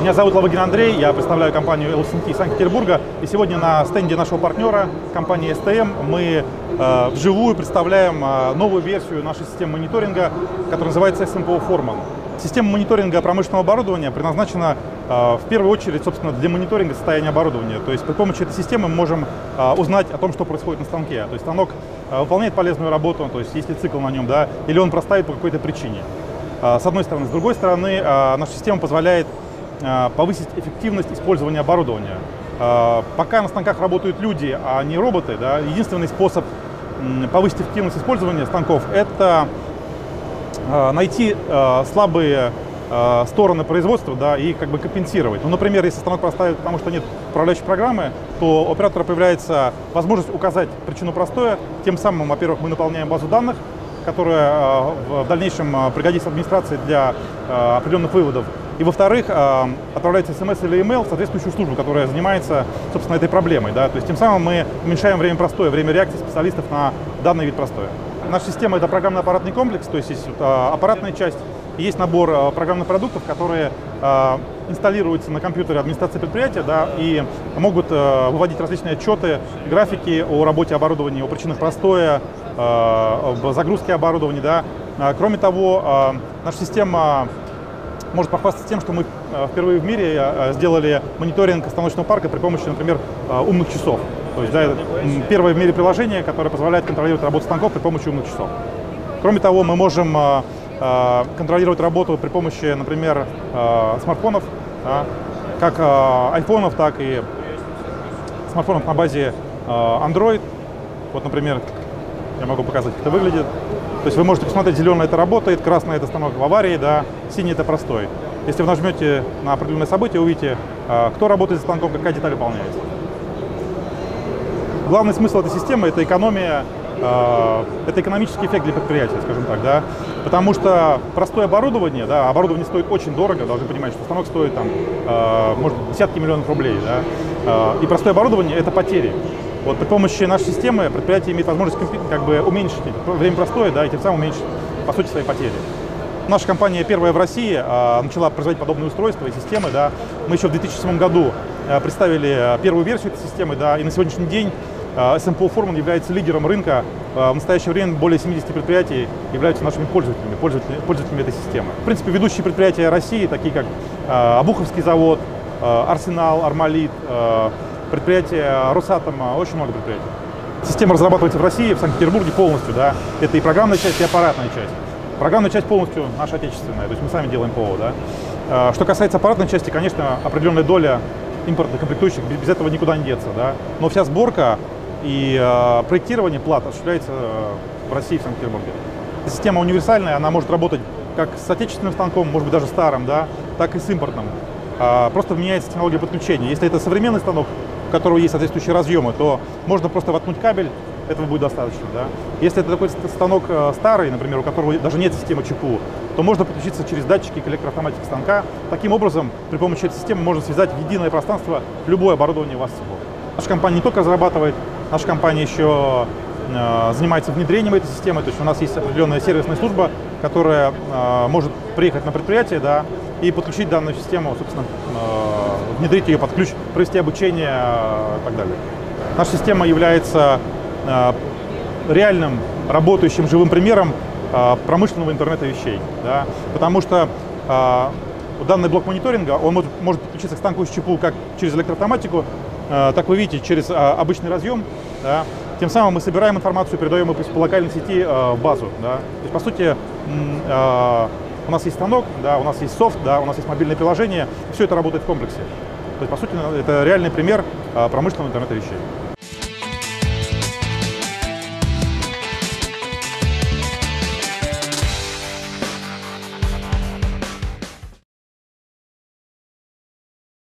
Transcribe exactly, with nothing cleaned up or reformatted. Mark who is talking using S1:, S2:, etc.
S1: Меня зовут Лавыгин Андрей, я представляю компанию эл эс эн ти из Санкт-Петербурга. И сегодня на стенде нашего партнера, компании эс тэ эм, мы э, вживую представляем э, новую версию нашей системы мониторинга, которая называется эс эм пи о Foreman. Система мониторинга промышленного оборудования предназначена э, в первую очередь, собственно, для мониторинга состояния оборудования. То есть при помощи этой системы мы можем э, узнать о том, что происходит на станке. То есть станок э, выполняет полезную работу, то есть есть ли цикл на нем, да, или он простоит по какой-то причине. Э, с одной стороны. С другой стороны, э, наша система позволяет э, повысить эффективность использования оборудования. Э, пока на станках работают люди, а не роботы, да, единственный способ э, повысить эффективность использования станков – это найти э, слабые э, стороны производства, да, и как бы компенсировать. Ну, например, если станок проставит, потому что нет управляющей программы, то у оператора появляется возможность указать причину простоя. Тем самым, во-первых, мы наполняем базу данных, которая э, в дальнейшем э, пригодится администрации для э, определенных выводов. И, во-вторых, э, отправляется смс или имейл в соответствующую службу, которая занимается, собственно, этой проблемой. Да. То есть тем самым мы уменьшаем время простоя, время реакции специалистов на данный вид простоя. Наша система – это программно-аппаратный комплекс, то есть есть а, аппаратная часть, и есть набор а, программных продуктов, которые а, инсталируются на компьютере администрации предприятия, да, и могут а, выводить различные отчеты, графики о работе оборудования, о причинах простоя, а, об загрузке оборудования. Да. А, кроме того, а, наша система может похвастаться тем, что мы а, впервые в мире а, сделали мониторинг станочного парка при помощи, например, а, умных часов. То есть, да, это первое в мире приложение, которое позволяет контролировать работу станков при помощи умных часов. Кроме того, мы можем э, э, контролировать работу при помощи, например, э, смартфонов, да, как э, айфонов, так и смартфонов на базе э, Android. Вот, например, я могу показать, как это выглядит. То есть вы можете посмотреть, зеленый это работает, красный это станок в аварии, да, синий это простой. Если вы нажмете на определенное событие, увидите, э, кто работает за станком, какая деталь выполняется. Главный смысл этой системы – это экономия, э, это экономический эффект для предприятия, скажем так, да, потому что простое оборудование, да, оборудование стоит очень дорого, должны понимать, что станок стоит там, э, может, десятки миллионов рублей, да, э, и простое оборудование – это потери. Вот при помощи нашей системы предприятие имеет возможность как бы уменьшить время простоя, да, и тем самым уменьшить, по сути, свои потери. Наша компания первая в России э, начала производить подобные устройства и системы, да. Мы еще в две тысячи седьмом году э, представили первую версию этой системы, да, и на сегодняшний день эс эм пи о Foreman является лидером рынка. В настоящее время более семидесяти предприятий являются нашими пользователями, пользователями, пользователями этой системы. В принципе, ведущие предприятия России, такие как Обуховский завод, Арсенал, Армалит, предприятия Росатома, очень много предприятий. Система разрабатывается в России, в Санкт-Петербурге полностью. Да. Это и программная часть, и аппаратная часть. Программная часть полностью наша отечественная, то есть мы сами делаем ПО. Да. Что касается аппаратной части, конечно, определенная доля импортных комплектующих, без этого никуда не деться. Да. Но вся сборка и э, проектирование плат осуществляется э, в России, в Санкт-Петербурге. Система универсальная, она может работать как с отечественным станком, может быть даже старым, да, так и с импортным. А, просто меняется технология подключения. Если это современный станок, у которого есть соответствующие разъемы, то можно просто воткнуть кабель, этого будет достаточно. Да. Если это такой станок э, старый, например, у которого даже нет системы ЧПУ, то можно подключиться через датчики к электроавтоматике станка. Таким образом, при помощи этой системы можно связать в единое пространство любое оборудование у вас с собой. Наша компания не только разрабатывает, наша компания еще э, занимается внедрением этой системы. То есть у нас есть определенная сервисная служба, которая э, может приехать на предприятие, да, и подключить данную систему, собственно, э, внедрить ее под ключ, провести обучение э, и так далее. Наша система является э, реальным работающим живым примером э, промышленного интернета вещей, да, потому что э, данный блок мониторинга он может, может подключиться к станку с ЧПУ как через электроавтоматику, так вы видите, через обычный разъем, да. Тем самым мы собираем информацию, передаем ее по локальной сети в базу. Да. То есть, по сути, у нас есть станок, да, у нас есть софт, да, у нас есть мобильное приложение, все это работает в комплексе. То есть, по сути, это реальный пример промышленного интернета вещей.